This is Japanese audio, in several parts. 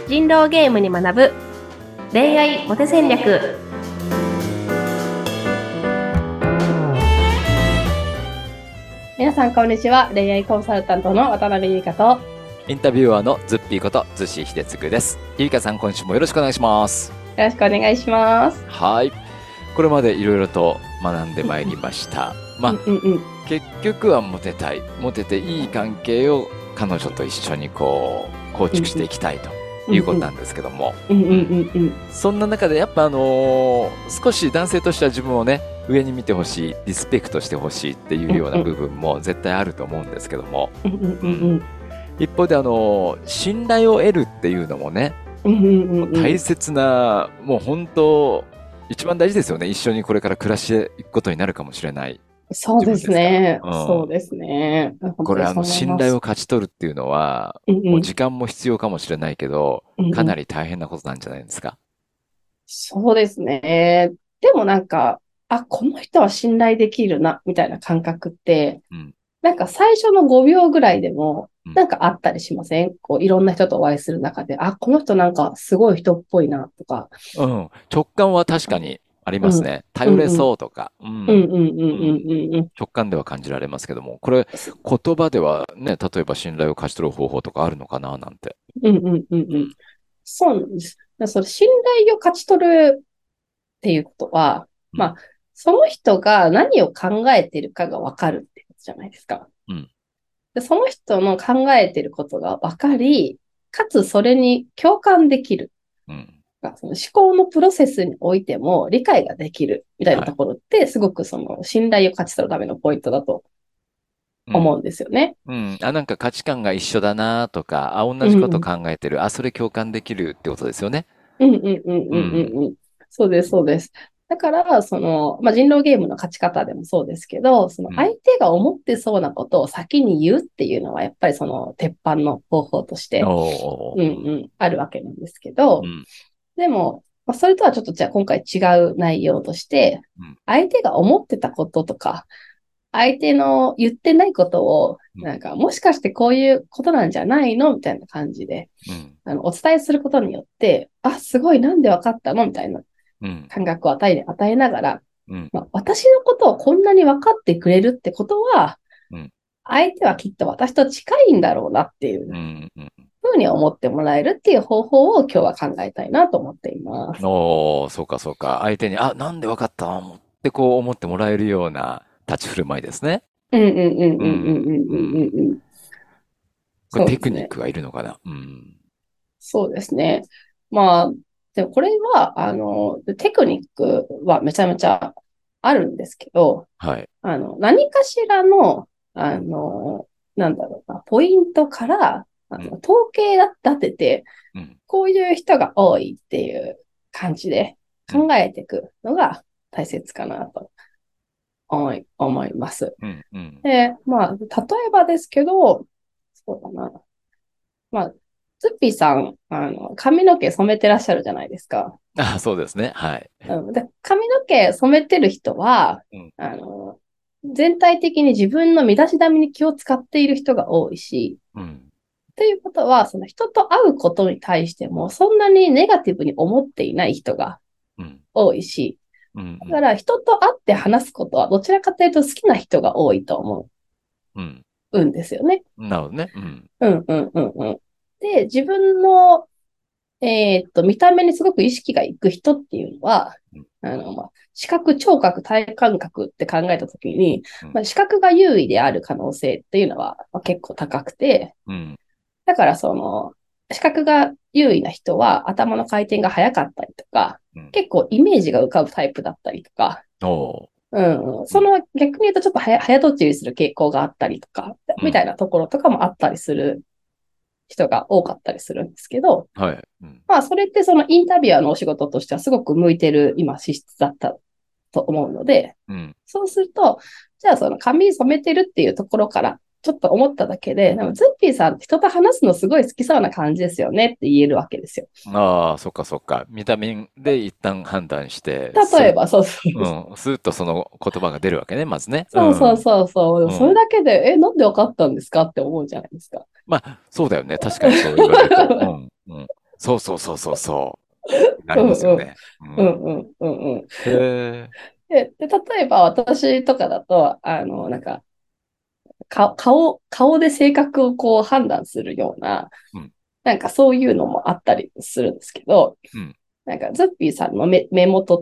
人狼ゲームに学ぶ恋愛モテ戦略。皆さんこんにちは。恋愛コンサルタントの渡辺優香とインタビュアーのズッピーことズシヒデツグです。ゆいかさん、今週もよろしくお願いします。 よろしくお願いします。 はい。これまでいろいろと学んでまいりました。結局はモテたい、モテていい関係を彼女と一緒に構築していきたいということなんですけども、そんな中でやっぱ少し男性としては自分をね、上に見てほしい、リスペクトしてほしいっていうような部分も絶対あると思うんですけども、一方で信頼を得るっていうのもね、大切な、もう本当一番大事ですよね。一緒にこれから暮らしていくことになるかもしれない。 そうですね。そうですね。 これ信頼を勝ち取るっていうのは、もう時間も必要かもしれないけど、かなり大変なことなんじゃないですか。 そうですね。でもなんか、この人は信頼できるな、みたいな感覚って、なんか最初の5秒ぐらいでも、なんかあったりしません？こう、いろんな人とお会いする中で、この人なんかすごい人っぽいな、とか。 直感は確かにありますね。頼れそうとか。直感では感じられますけども、これ、言葉ではね、例えば信頼を勝ち取る方法とかあるのかな、なんて。 そうなんです。その信頼を勝ち取るっていうことは、その人が何を考えてるかがわかるってことじゃないですか。でその人の考えてることがわかり、かつそれに共感できる。その思考のプロセスにおいても理解ができるみたいなところって、すごくその信頼を勝ち取るためのポイントだと思うんですよね。 なんか価値観が一緒だなとか、同じこと考えてる、それ共感できるってことですよね。 そうです、そうです。だから、その、人狼ゲームの勝ち方でもそうですけど、その相手が思ってそうなことを先に言うっていうのは、やっぱりその鉄板の方法として、あるわけなんですけど、でも、それとはちょっとじゃあ今回違う内容として、相手が思ってたこととか、相手の言ってないことを、なんか、もしかしてこういうことなんじゃないのみたいな感じで、お伝えすることによって、すごい、なんで分かったのみたいな感覚を与えながら、私のことをこんなに分かってくれるってことは、相手はきっと私と近いんだろうなっていうふうに思ってもらえるっていう方法を今日は考えたいなと思っています。 そうかそうか。相手に、なんで分かったのってこう思ってもらえるような立ち振る舞いですね。これテクニックがいるのかな。 そうですね。でもこれは、テクニックはめちゃめちゃあるんですけど、何かしらの、なんだろうな、ポイントから、統計立てて、こういう人が多いっていう感じで考えていくのが大切かなと思います。で、例えばですけど、そうだな。ツッピーさん、髪の毛染めてらっしゃるじゃないですか。 そうですね。はい。 で髪の毛染めてる人は、全体的に自分の身だしなみに気を使っている人が多いし、ということは、その人と会うことに対しても、そんなにネガティブに思っていない人が多いし、だから人と会って話すことは、どちらかというと好きな人が多いと思うんですよね。 なるほどね。 で、自分の、見た目にすごく意識がいく人っていうのは、視覚、聴覚、体感覚って考えたときに、視覚が優位である可能性っていうのは、結構高くて、だからその、視覚が優位な人は頭の回転が速かったりとか、結構イメージが浮かぶタイプだったりとか、その逆に言うとちょっと早とちりする傾向があったりとか、みたいなところとかもあったりする人が多かったりするんですけど、それってそのインタビュアーのお仕事としてはすごく向いてる今資質だったと思うので、そうすると、じゃあその髪染めてるっていうところからちょっと思っただけで、ズッピーさん人と話すのすごい好きそうな感じですよねって言えるわけですよ。 そっかそっか。見た目で一旦判断して、 例えば、そう。 スーッとその言葉が出るわけね、まずね。 そう。それだけで、なんで分かったんですかって思うじゃないですか。 そうだよね。確かにそう言われると。 そうそうそうそうそう。なりうんうん。 ますよね。うん。 うんうんうんうん。 へえ。 で、例えば私とかだと、なんか、顔で性格をこう判断するような、 うん。 なんかそういうのもあったりするんですけど、 うん。 なんかズッピーさんの目元って、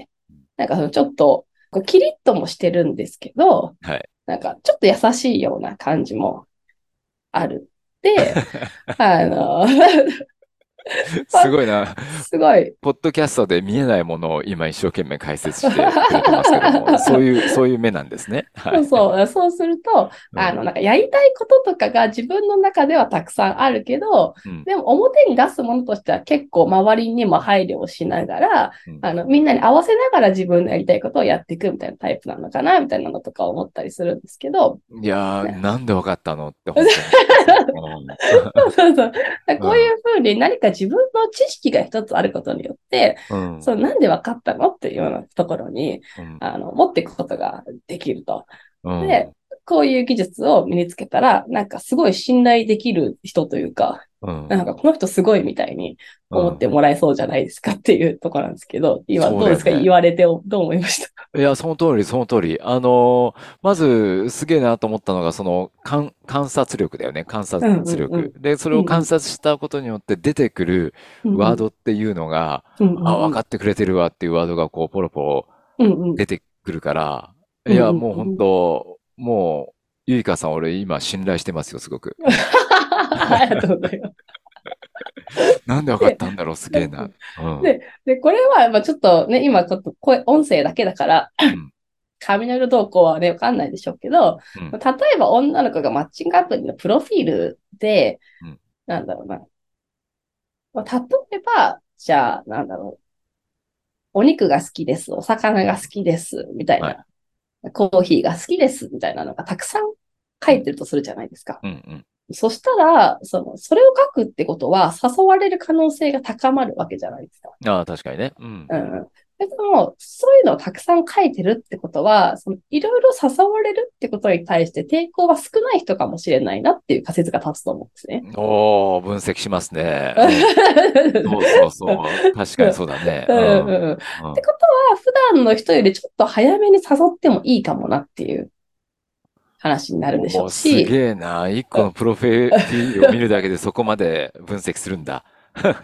なんかそのちょっと、こうキリッともしてるんですけど、 はい。 なんかちょっと優しいような感じもある。で、あの、 すごいな。 すごい。 ポッドキャストで見えないものを今一生懸命解説してくれてますけども、そういう目なんですね。はい。 そうそう。そうすると、 うん。 なんかやりたいこととかが自分の中ではたくさんあるけど、 うん。 でも表に出すものとしては結構周りにも配慮をしながら、 うん。 みんなに合わせながら自分のやりたいことをやっていくみたいなタイプなのかな、みたいなのとか思ったりするんですけど、 いやー、 ね。 なんでわかったのって本当に思います。うん。 そうそうそう。 うん。 こういうふうに何か自分の知識が一つあることによって、 うん。 そう、なんで分かったのっていうようなところに、 うん。 持っていくことができると。で、 うん。 こういう技術を身につけたら、なんかすごい信頼できる人というか、 うん。 なんかこの人すごいみたいにうん。 思ってもらえそうじゃないですかっていうところなんですけど、今そうどうですか？ だよね。 言われてどう思いました？ いや、その通り、その通り。まず、すげえなと思ったのが、観察力だよね。観察うんうんうん。 力。で、それを観うんうん。 察したことによって出てくるワーうんうん。 ドっていうのが、 うんうあ、 んうん。 分かってくれてるわっていうワードがこう、ポロポロうんうん。 出てくるから、いや、 うんうんもう本うん。 当、もう、ゆいかさん、俺今信頼してますよ、すごく。 ありがとうございます。 なんで分かっで、 たんだろう、すげえな。うん。 これは、まあちょっとね、今ちょっと音声だけだから、 うん。 髪の色動向はね、わかんないでしょうけど、 うん。 例えば女の子がマッチングアプリのプロフィールで、 うん。 なんだろうな。例えば、じゃあ、なんだろう。お肉が好きです。お魚が好きです。みたいはい。 な。コーヒーが好きです。みたいなのがたくさん書うん。 いてるとするじゃないですか。 うん。うん。 そしたら、それを書くってことは、誘われる可能性が高まるわけじゃないですか。 ああ、確かにね。うん。 うん。でも、そういうのをたくさん書いてるってことは、いろいろ誘われるってことに対して抵抗が少ない人かもしれないなっていう仮説が立つと思うんですね。 おー、分析しますね。うん。そうそうそう。確かにそうだね。うん。 っうん。 てことは、普段の人よりちょっと早めに誘ってもいいかもなっていう話になるでしょうおー、すし、 げえな。一個のプロフィールを見るだけでそこまで分析するんだ。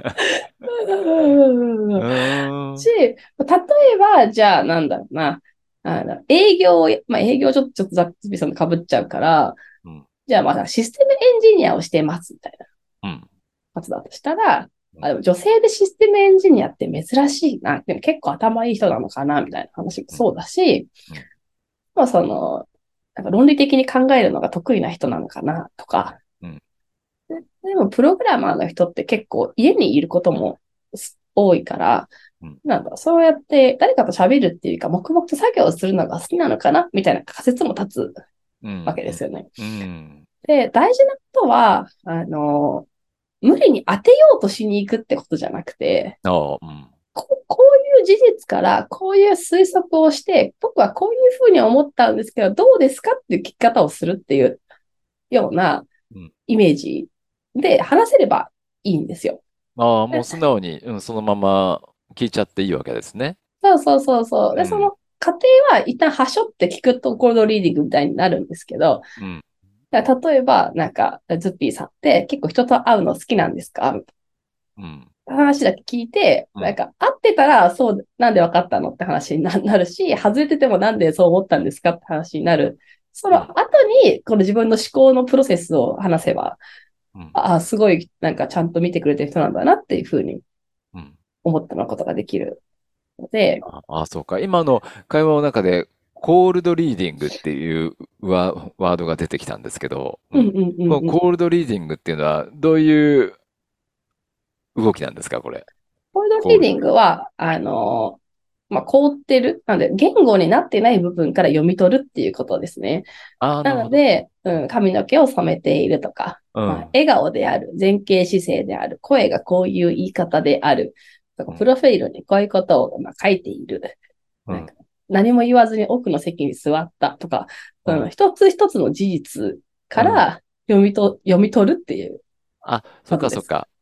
うーん。 例えば、じゃあ、なんだろうな、営業ちょっとザックスビさんと被っちゃうから、 うん。 じゃあ、まあ、システムエンジニアをしてますみたいなうん。 ことだとしたら、 うん。 でも女性でシステムエンジニアって珍しいな。でも結構頭いい人なのかなみたいな話もうん。 そうだし、 うん。 まあなんか論理的に考えるのが得意な人なのかなとか。 うん。 でも、プログラマーの人って結構家にいることも多いから、 うん。 なんだ、そうやって誰かと喋るっていうか、黙々と作業をするのが好きなのかなみたいな仮説も立つうん。 わけですよね。 うん。 で、大事なことは、無理に当てようとしに行くってことじゃなくて、 ああ、うん。 こういう事実からこういう推測をして、僕はこういうふうに思ったんですけど、どうですかっていう聞き方をするっていうようなうん。 イメージで話せればいいんですよ。 ああ、もう素直に、うん、そのまま聞いちゃっていいわけですね。 そうそうそうそう。で、そうん。 の過程は一旦はしょって聞くとコードリーディングみたいになるんですけど、 うん。 例えば、なんか、ズッピーさんって結構人と会うの好きなんですかみたいうん。 な話だけ聞いて、 うん。 なんか、会ってたら、そう、なんで分かったのって話になるし、外れててもなんでそう思ったんですかって話になる。そうん。 の後に、この自分の思考のプロセスを話せば、 うん。 ああ、すごい、なんかちゃんと見てくれてる人なんだなっていうふうにうん。 思ってもらうことができるので、 ああ、そうか。今の会話の中で、コールドリーディングっていうワードが出てきたんですけど、うん。 うんうんうんうん。 このコールドリーディングっていうのは、どういう動きなんですか、これ。 コールドコールド。 リーディングは、凍ってる。なので、言語になってない部分から読み取るっていうことですね。 ああ、ななるほど。 ので、髪の毛を染めているとか、まあ、 うん。 笑顔である、前傾姿勢である、声がこういう言い方である、とかうん。 プロフィールにこういうことを、書いている。 うん。 なんか何も言わずに奥の席に座ったとか、 うん。 一つ一つの事実うん。 から読み取るっていうあ、そっことです。 かそっか。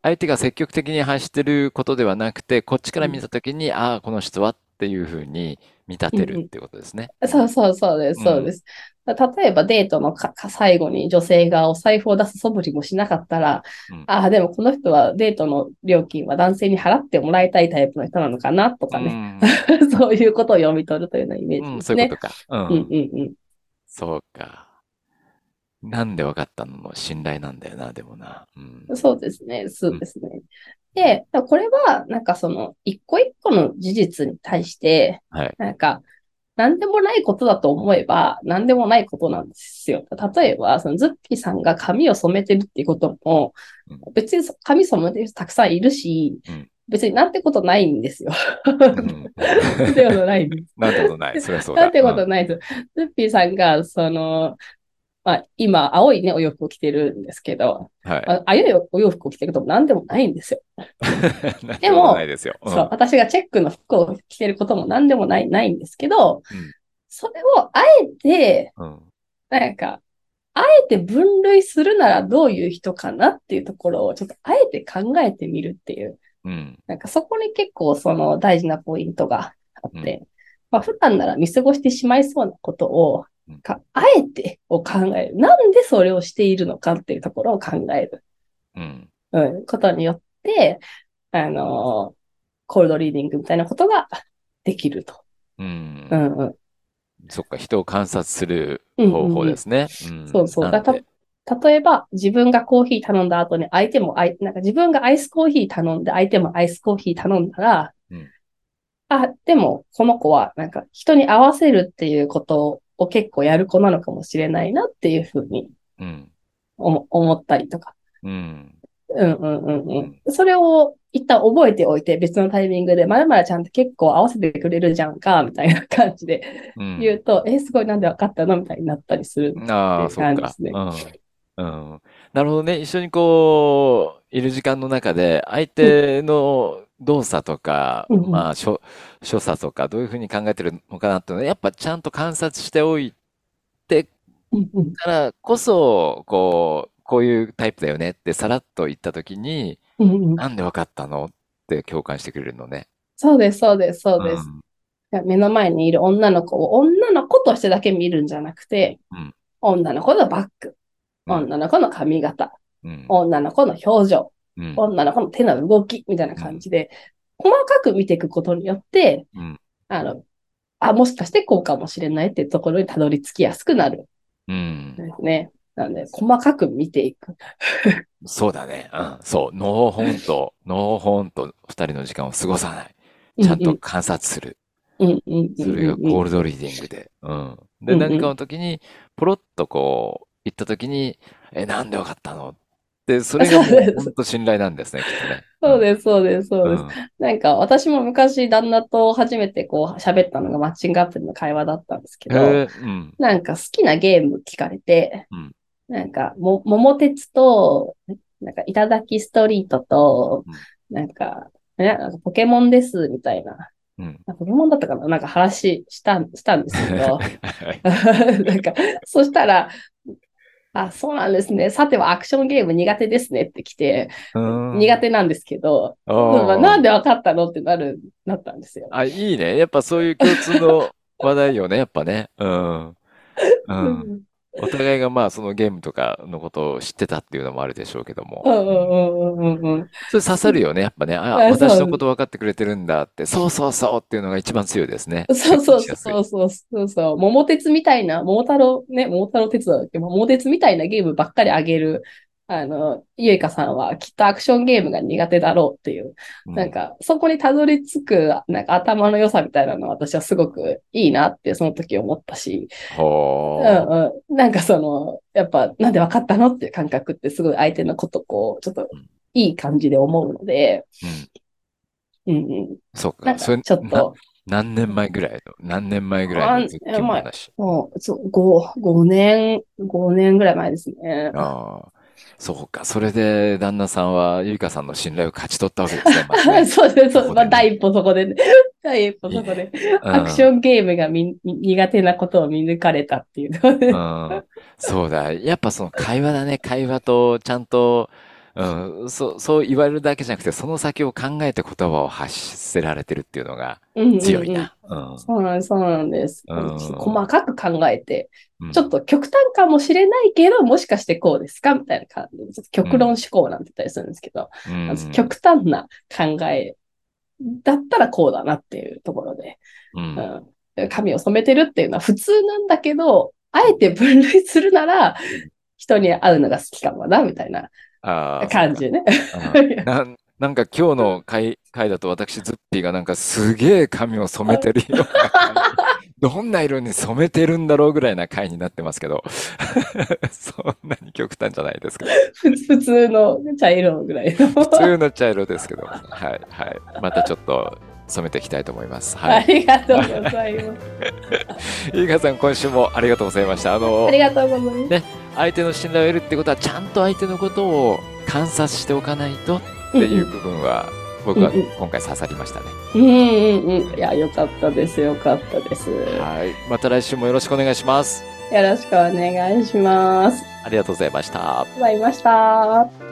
相手が積極的に発してることではなくて、こっちから見たときに、ああ、この人はっていうふうに見立うんうんてるっていうことですね。 そうそうそうです、 うん。 そうです。例えばデートの最後に女性がお財布を出す素振りもしなかったら、 うん。 ああ、でもこの人はデートの料金は男性に払ってもらいたいタイプの人なのかなとうかね。 ん。 そういうことを読み取るというようなイメーうん、 ジですね。 そういうことか。ううんん。 うんそうか。なんで分かったのも信頼なんだよな、でもな。うん。 うん。そうですね。そうん。 うですね。で、これは、なんかその、一個一個の事実に対して、 はい。 なんか、なんでもないことだと思えば、なんでもないことなんですよ。例えば、そのズッピーさんが髪を染めてるっていうことも、 うん。 別に髪染めてる人たくさんいるし、 うん。 別になんてことないんですよ。 うん。 なんてことないんです。 なんてことない。そりゃそうだ。 なんてうん。 ことないです。ズッピーさんが、その、まあ、今、青いね、お洋服を着てるんですけど、 はい。 まあ、ああいうお洋服を着てることもなんでもないんですよ。 なんてことないでも、 ですよ。うそう、 ん。 私がチェックの服を着てることもなんでもないんですけど、 うん。 それをあえて、 うん。 なんか、あえて分類するならどういう人かなっていうところをちょっとあえて考えてみるっていう、 うん。 なんかそこに結構その大事なポイントがあっうん。 て、まあ普段なら見過ごしてしまいそうなことを、 うん。 あえてを考える。なんでそれをしているのかっていうところを考える、 うん。 うん、ことによって、コールドリーディングみたいなことができると。 ううん。 んうん。 そっか、人を観察するうん方うんうん。 法ですね。うん。 そうそう。 なんで。 例えば、自分がコーヒー頼んだ後に相手もなんか自分がアイスコーヒー頼んで相手もアイスコーヒー頼んだら、 うん。 あ、でも、この子は、なんか人に合わせるっていうことを結構やる子なのかもしれないなっていうふうにうん。 思ったりとか。 うん。 うんうんうんうん。 うん。それを一旦覚えておいて、別のタイミングで、まるまるちゃんと結構合わせてくれるじゃんか、みたいな感じでうん。 言うと、すごいなんで分かったのみたいになったりするってああ、 いうそっか。 感じですね。 うん。うん。なるほどね。一緒にこう、いる時間の中で、相うん、 手の動作とか、 うん、うん、 まあ、所作とか、どういうふうに考えてるのかなっていうのは、やっぱちゃんと観察しておいてうん、うん、 からこそ、こういうタイプだよねってさらっと言ったときに、 うん、うん。 なんでわかったのって共感してくれるのね。 そうです、そうです、そうです。 うん。 目の前にいる女の子を女の子としてだけ見るんじゃなくて、 うん。 女の子のバッグ、 うん。 女の子の髪型、 うん。 女の子の表情、 うん。 女の子の手の動きみたいなうん。 感じで、細かく見ていくことによって、 うん。 あの、もしかしてこうかもしれないっていうところにたどり着きやすくなるうん。 んですね。なので、細かく見ていく。 そうだね。うん。そう。のほほんと二人の時間を過ごさない。ちゃんうんうん。 と観察する。 うんうんうんそれがうんうん。 コールドリーディングで。うん。で、何かうんうん。 の時に、ポロッとこう、言った時に、なんでわかったのって、それがそうもうです。 本当信頼なんですね、きっとね。うん。 そうです、そうです、そうです。 うん。 なんか、私も昔、旦那と初めてこう、喋ったのがマッチングアプリの会話だったんですけど、 へえ、うん。 なんか好きなゲーム聞かれて、 うん。 なんか、桃鉄と、なんか、いただきストリートと、 うん。 なんか、なんかポケモンです、みたいな。 うん。 ポケモンだったかななんか話したんですけど、 はい。 なんか、そしたら、そうなんですね。さてはアクションゲーム苦手ですねって来て、 うーん。 苦手なんですけど、まあ、なあんで分かったのってなったんですよ。 あ。あ、いいね。やっぱそういう共通の話題よね、やっぱね。うん。うん。 うん。 お互いがまあそのゲームとかのことを知ってたっていうのもあるでしょうけども。 うんううん。 んうんうんうんそれ刺さるよね、やっぱね。あ、私のこと分かってくれてるんだって。そうそうそうっていうのが一番強いですね。接そうそう近しやすい。 そうそうそうそう。桃鉄みたいな、桃太郎鉄道だっけ桃鉄みたいなゲームばっかりあげる、ゆいかさんはきっとアクションゲームが苦手だろうっていう、 うん。 なんか、そこにたどり着く、なんか頭の良さみたいなのは私はすごくいいなってその時思ったし、うんほうん。なんかその、やっぱ、なんで分かったのっていう感覚ってすごい相手のことこう、ちょっとう。うん。 いい感じで思うので、 うん。 うんうん。 そうか。 なんか、 それ、 ちょっと、 何年前ぐらいのズッキーンまあ、 話。 もう、そう、5年ぐらい前ですね。 ああ、そうか。それで、旦那さんは、ゆいかさんの信頼を勝ち取ったわけですね、まずね。 そうです、そうです。まあ、 そこでね。 第一歩そこでね。第一歩いいね。 そこで。 うん。 アクションゲームが苦手なことを見抜かれたっていう。 うん。そうだ。やっぱその会話だね。会話と、ちゃんと、 そう言われるだけじゃなくて、その先を考えて言葉を発せられてるっていうのがうんうんうん。 強いな。 そうなんです。 う細ん。 かく考えて、 うん。 ちょっと極端かもしれないけど、もしかしてこうですかみたいな感じで、ちょっと極論思うん。 考なんて言ったりするんですけど、 うん。 極端な考えだったらこうだなっていうところで、 うん。 髪を染めてるっていうのは普通なんだけど、あえて分類するなら、人に会うのが好きかもな、みたいなああ、そっか。 感じね。 なんか今日の回だと私、ズッピーがなんかすげえ髪を染めてるような感じ。どんな色に染めてるんだろうぐらいな回になってますけど。そんなに極端じゃないですけど。 普通の茶色ぐらいの。 普通の茶色ですけど。はい、はい。またちょっと染めていきたいと思います。はあい。 りがとうございます。 いかさん、今週もありがとうございました。 ありがとうございます。 ね、相手の信頼を得るってことは、ちゃんと相手のことを観察しておかないとっていううんうん。 部分は、僕はうんうん。 今回刺さりましたね。 うんうんうん。いや、よかったです。よかったです。 はい。また来週もよろしくお願いします。 よろしくお願いします。 ありがとうございました。 ございました。